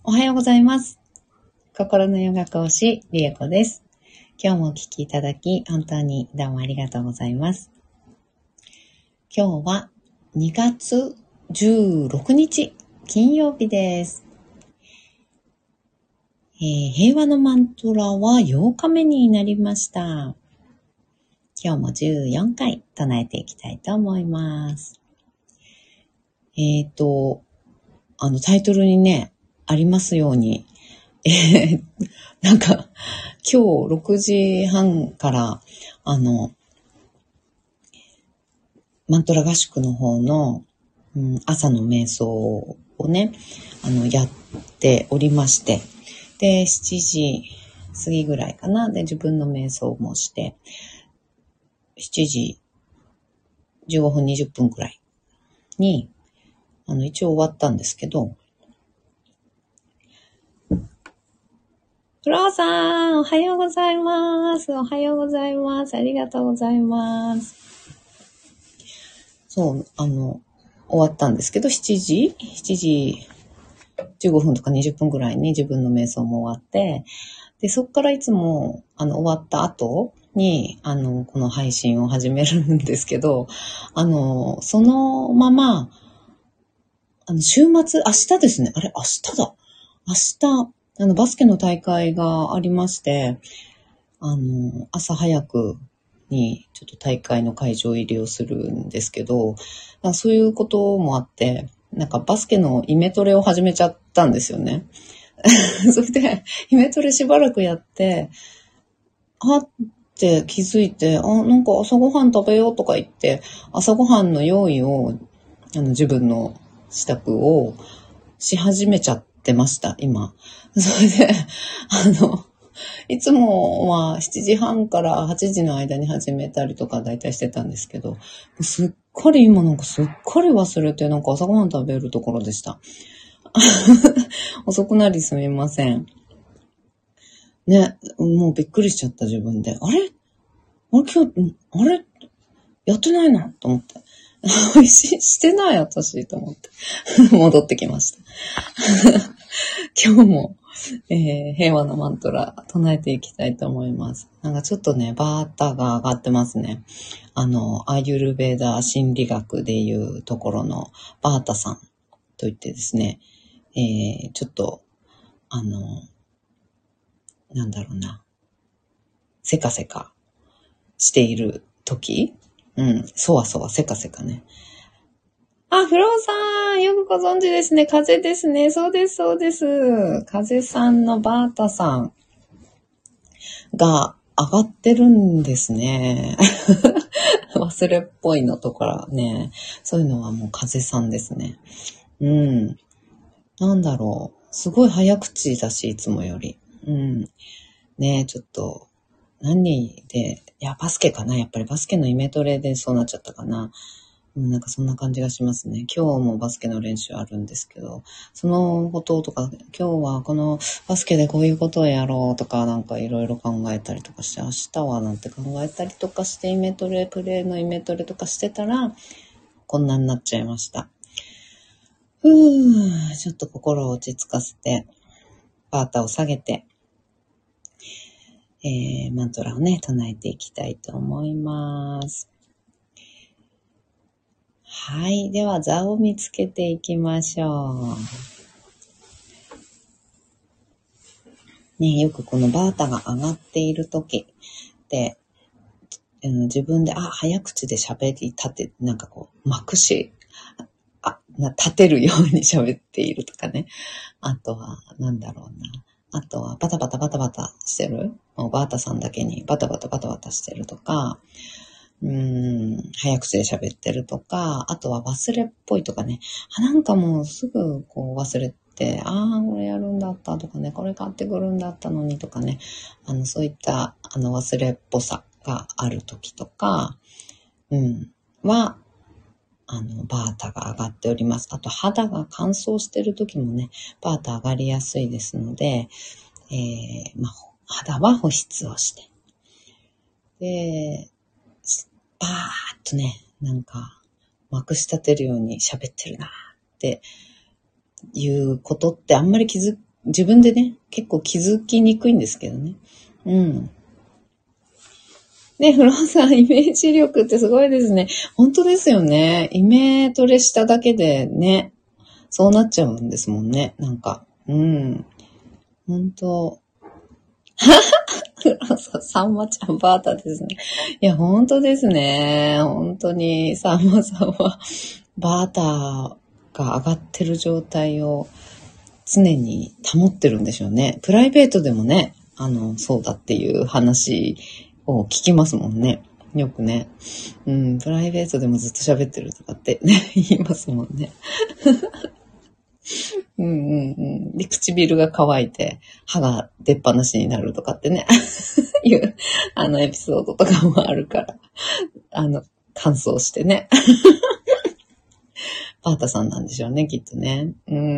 おはようございます。心のヨガ講師、リエコです。今日もお聞きいただき、本当にどうもありがとうございます。今日は2月16日、金曜日です。平和のマントラは8日目になりました。今日も14回唱えていきたいと思います。タイトルにね、ありますように、なんか、今日6時半から、マントラ合宿の方の、朝の瞑想をね、やっておりまして、で、7時過ぎぐらいかな、で、自分の瞑想もして、7時15分、20分くらいに、一応終わったんですけど、フローさん、おはようございます。おはようございます。ありがとうございます。そう、終わったんですけど、7時15分とか20分ぐらいに自分の瞑想も終わって、で、そっからいつも、終わった後に、この配信を始めるんですけど、そのまま、週末、明日ですね。あれ、明日だ。明日、バスケの大会がありまして、朝早くにちょっと大会の会場入りをするんですけど、そういうこともあって、なんかバスケのイメトレを始めちゃったんですよね。それで、イメトレしばらくやって、って気づいて、なんか朝ごはん食べようとか言って、朝ごはんの用意を、自分の支度をし始めちゃってました、今。それで、いつもは7時半から8時の間に始めたりとか大体してたんですけど、すっかり忘れて、なんか朝ごはん食べるところでした。遅くなりすみません。ね、もうびっくりしちゃった自分で。あれ今日、やってないなと思って。してない私と思って。戻ってきました。今日も、平和のマントラ唱えていきたいと思います。なんかちょっとね、バータが上がってますね。アーユルベーダ心理学でいうところのバータさんといってですね、ちょっと、なんだろうな、せかせかしている時、そわそわせかせかね。フローさん、よくご存知ですね。風ですね。そうです、そうです。風さんのバータさんが上がってるんですね。忘れっぽいのとかね。そういうのはもう風さんですね。なんだろう。すごい早口だし、いつもより。ね、ちょっと、バスケかな。やっぱりバスケのイメトレでそうなっちゃったかな。なんかそんな感じがしますね。今日もバスケの練習あるんですけど、そのこととか、今日はこのバスケでこういうことをやろうとか、なんかいろいろ考えたりとかして、明日はなんて考えたりとかして、プレーのイメトレとかしてたら、こんなになっちゃいました。ちょっと心を落ち着かせて、バータを下げて、マントラをね、唱えていきたいと思います。はい。では、座を見つけていきましょう。ね、よくこのバータが上がっている時って、自分で、早口で喋り立て、なんかこう、まくし、立てるように喋っているとかね。あとは、なんだろうな。あとは、バタバタバタバタしてる。もうバータさんだけにバタバタバタバタしてるとか、早口で喋ってるとか、あとは忘れっぽいとかね。なんかもうすぐこう忘れて、これやるんだったとかね、これ買ってくるんだったのにとかね。そういった忘れっぽさがある時とか、は、バータが上がっております。あと肌が乾燥してる時もね、バータ上がりやすいですので、肌は保湿をして。で、バーッとね、なんか、まくし立てるように喋ってるなっていうことってあんまり気づ自分でね、結構気づきにくいんですけどね。うん。ね、フローさん、イメージ力ってすごいですね。本当ですよね。イメトレしただけでね、そうなっちゃうんですもんね。なんか、うん。本当さんまちゃんバータですね。いや、本当ですね。本当に、さんまさんは、バータが上がってる状態を常に保ってるんでしょうね。プライベートでもね、そうだっていう話を聞きますもんね。よくね。うん、プライベートでもずっと喋ってるとかってね、言いますもんね。うんうんうん。で、唇が乾いて、歯が出っ放しになるとかってね、いう、エピソードとかもあるから、乾燥してね。パータさんなんでしょうね、きっとね。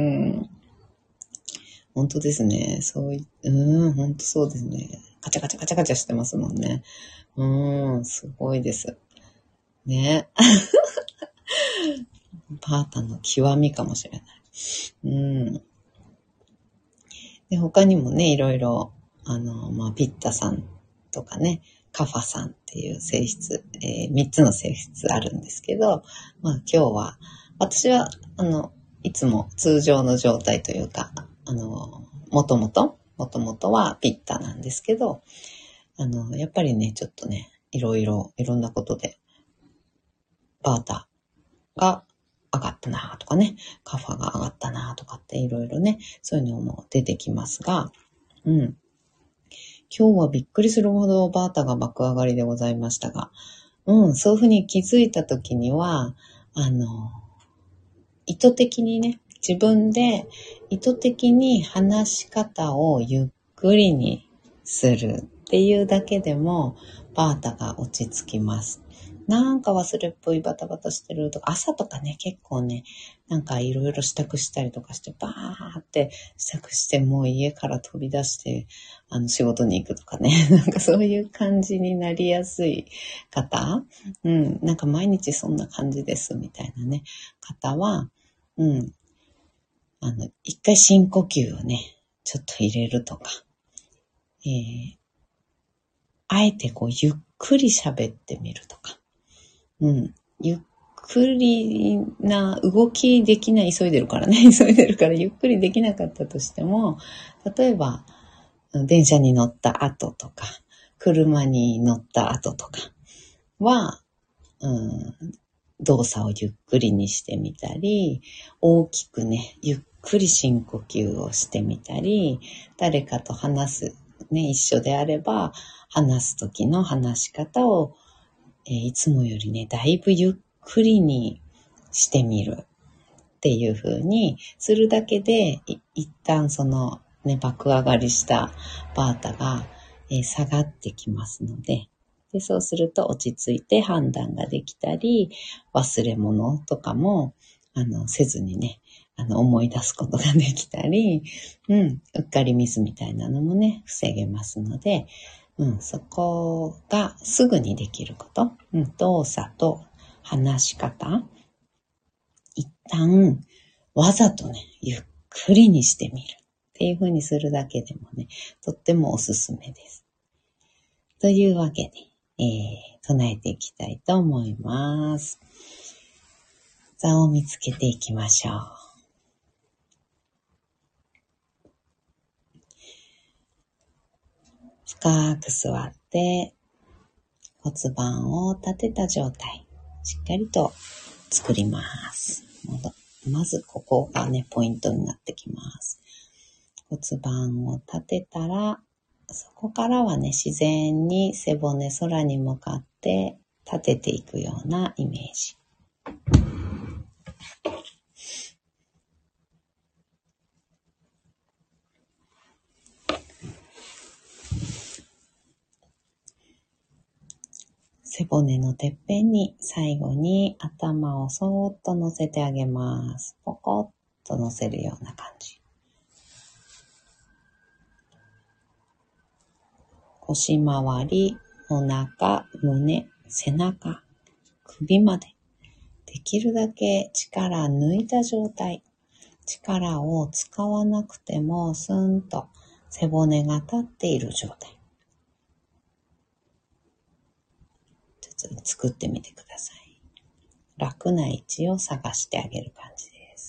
本当ですね。本当そうですね。カチャカチャカチャカチャしてますもんね。すごいです。ね。パータの極みかもしれない。で、他にもね、いろいろ、ピッタさんとかね、カファさんっていう性質、3つの性質あるんですけど、今日は、私は、いつも通常の状態というか、もともとはピッタなんですけど、やっぱりね、ちょっとね、いろんなことで、バータが上がったなとかね、カファが上がったなとかっていろいろね、そういうのも出てきますが、今日はびっくりするほどバータが爆上がりでございましたが、そういうふうに気づいたときには、意図的にね、自分で意図的に話し方をゆっくりにするっていうだけでも、バータが落ち着きます。なんか忘れっぽいバタバタしてるとか、朝とかね、結構ね、なんかいろいろ支度したりとかして、バーって支度して、もう家から飛び出して、仕事に行くとかね、なんかそういう感じになりやすい方、なんか毎日そんな感じですみたいなね、方は、一回深呼吸をね、ちょっと入れるとか、あえてこうゆっくり喋ってみるとか、ゆっくりな動きできない、急いでるからゆっくりできなかったとしても、例えば電車に乗った後とか、車に乗った後とかは、動作をゆっくりにしてみたり、大きくね、ゆっくり深呼吸をしてみたり、誰かと話す、ね、一緒であれば、話す時の話し方を、いつもよりね、だいぶゆっくりにしてみるっていう風にするだけで、一旦そのね、爆上がりしたバータが、下がってきますので、そうすると落ち着いて判断ができたり、忘れ物とかも、せずにね、思い出すことができたり、うっかりミスみたいなのもね、防げますので、そこがすぐにできること、動作と話し方、一旦わざとね、ゆっくりにしてみるっていう風にするだけでもね、とってもおすすめです。というわけで、唱えていきたいと思います。座を見つけていきましょう。深く座って骨盤を立てた状態、しっかりと作ります。まずここがね、ポイントになってきます。骨盤を立てたら、そこからはね、自然に背骨空に向かって立てていくようなイメージ。背骨のてっぺんに最後に頭をそーっと乗せてあげます。ポコッと乗せるような感じ。腰回り、お腹、胸、背中、首までできるだけ力抜いた状態。 力を使わなくてもスンと背骨が立っている状態。ちょっと作ってみてください。楽な位置を探してあげる感じです。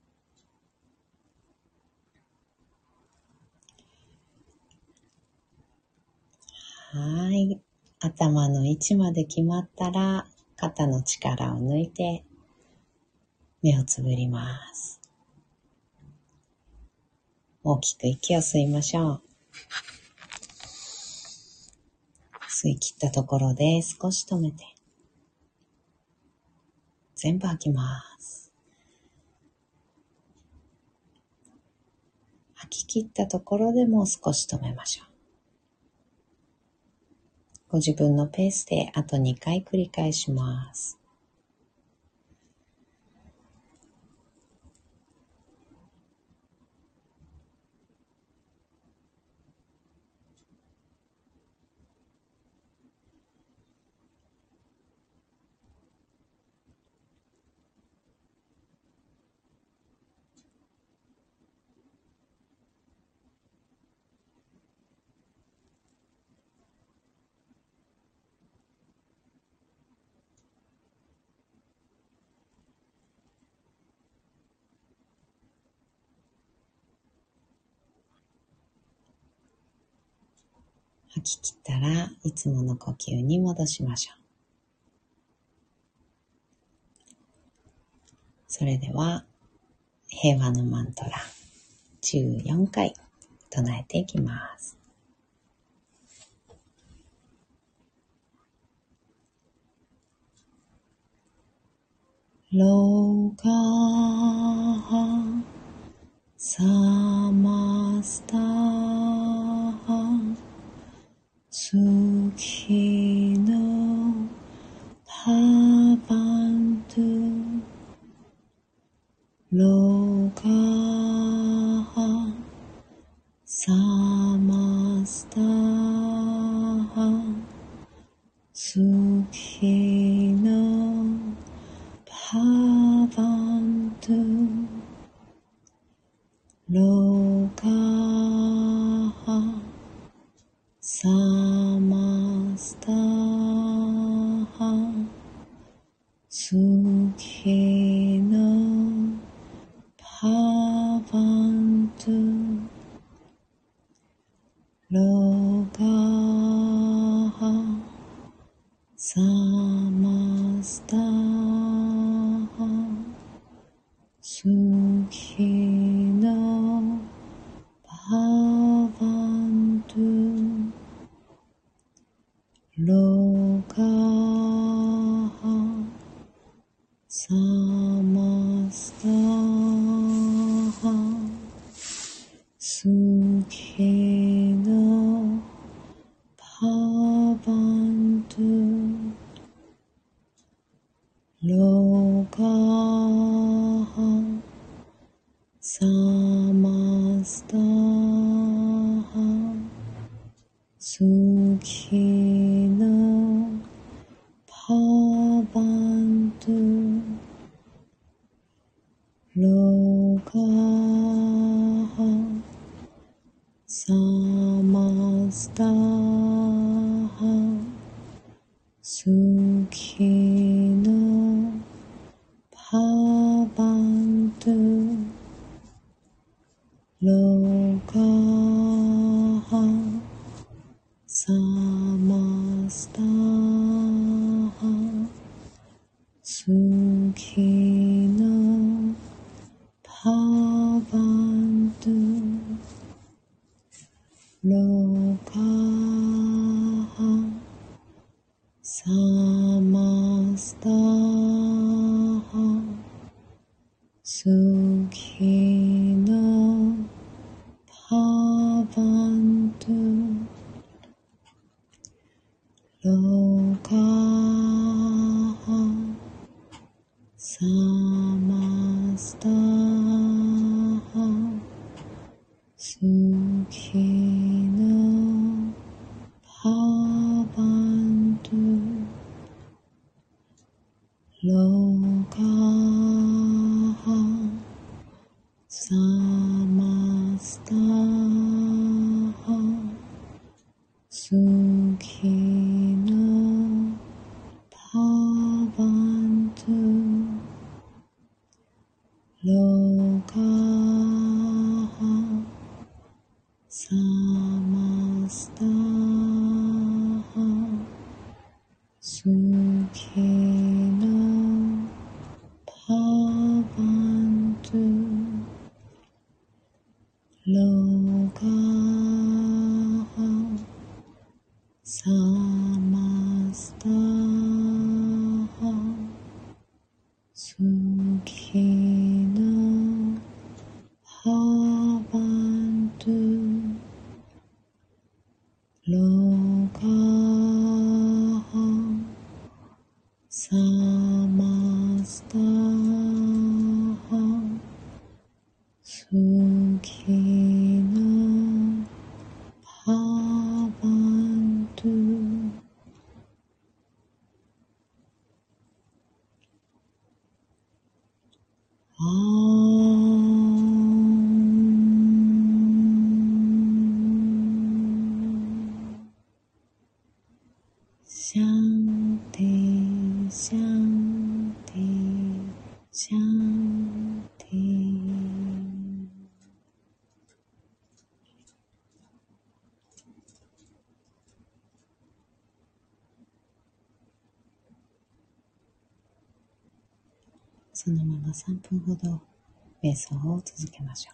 はい。頭の位置まで決まったら、肩の力を抜いて、目をつぶります。大きく息を吸いましょう。吸い切ったところで少し止めて、全部吐きます。吐き切ったところでもう少し止めましょう。ご自分のペースであと2回繰り返します。吐き切ったらいつもの呼吸に戻しましょう。それでは平和のマントラ14回唱えていきます。ローカーサマスタースキノパバントゥローカーサマスタースキノパバントゥローカーサマスタースキノパバントゥローカーサマスタースキノパバントゥローカーサマスタースキノパバントゥローカーサマスタースキノパバントゥローカーサマスタースキノパバントゥローカーサマスタースキノパバントゥローカーサマスタースキノパバントゥローカーサマスタースキノパバントゥローカーマスタハスキナパバントロカハサマスタハスキナパバントロカハサマスタハスキナパバントロカハサマスタハスキナパバントシャンティシャンティシャンティ。そのまま3分ほど瞑想を続けましょう。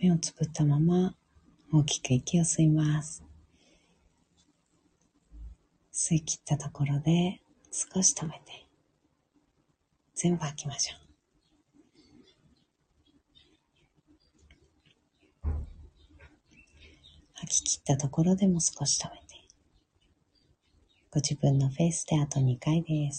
目をつぶったまま大きく息を吸います。吸い切ったところで少し止めて全部吐きましょう。吐き切ったところでも少し止めて、ご自分のペースであと2回です。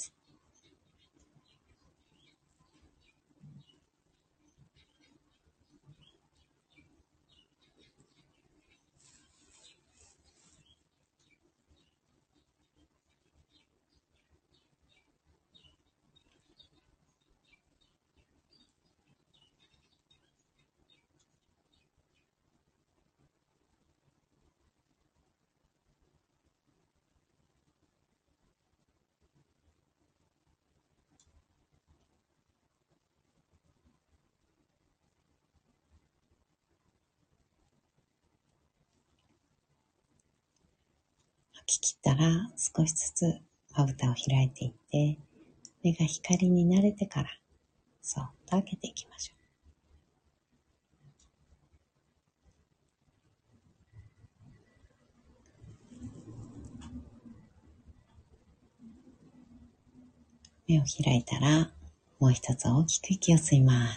吐き切ったら少しずつまぶたを開いていって、目が光に慣れてからそっと開けていきましょう。目を開いたらもう一つ大きく息を吸います。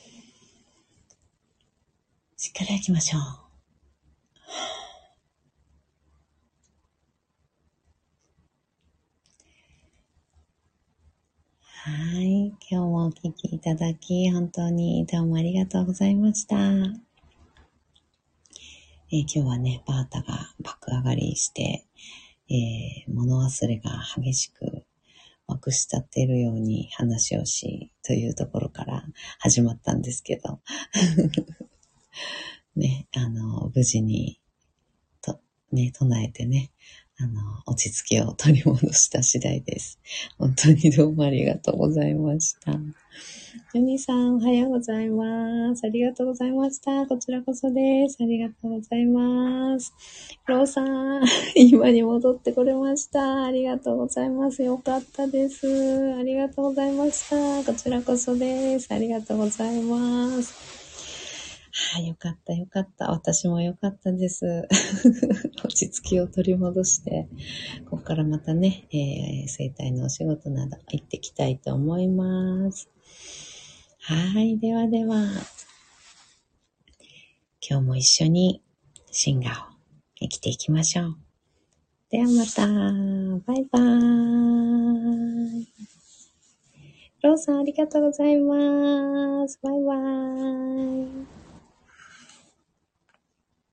しっかり吐きましょう。はい。今日もお聞きいただき、本当にどうもありがとうございました。今日はね、バータが爆上がりして、物忘れが激しくまくし立っているように話をし、というところから始まったんですけど、ね、無事に、唱えてね、落ち着きを取り戻した次第です。本当にどうもありがとうございました。ジュニさん、おはようございます。ありがとうございました。こちらこそです。ありがとうございます。ローさん、今に戻ってこれました。ありがとうございます。よかったです。ありがとうございました。こちらこそです。ありがとうございます。はい、よかったよかった。私もよかったです。落ち着きを取り戻して、ここからまたね、整体のお仕事など行ってきたいと思います。はい、ではでは、今日も一緒にシンガーを生きていきましょう。ではまた、バイバーイ。ローさんありがとうございます。バイバーイ。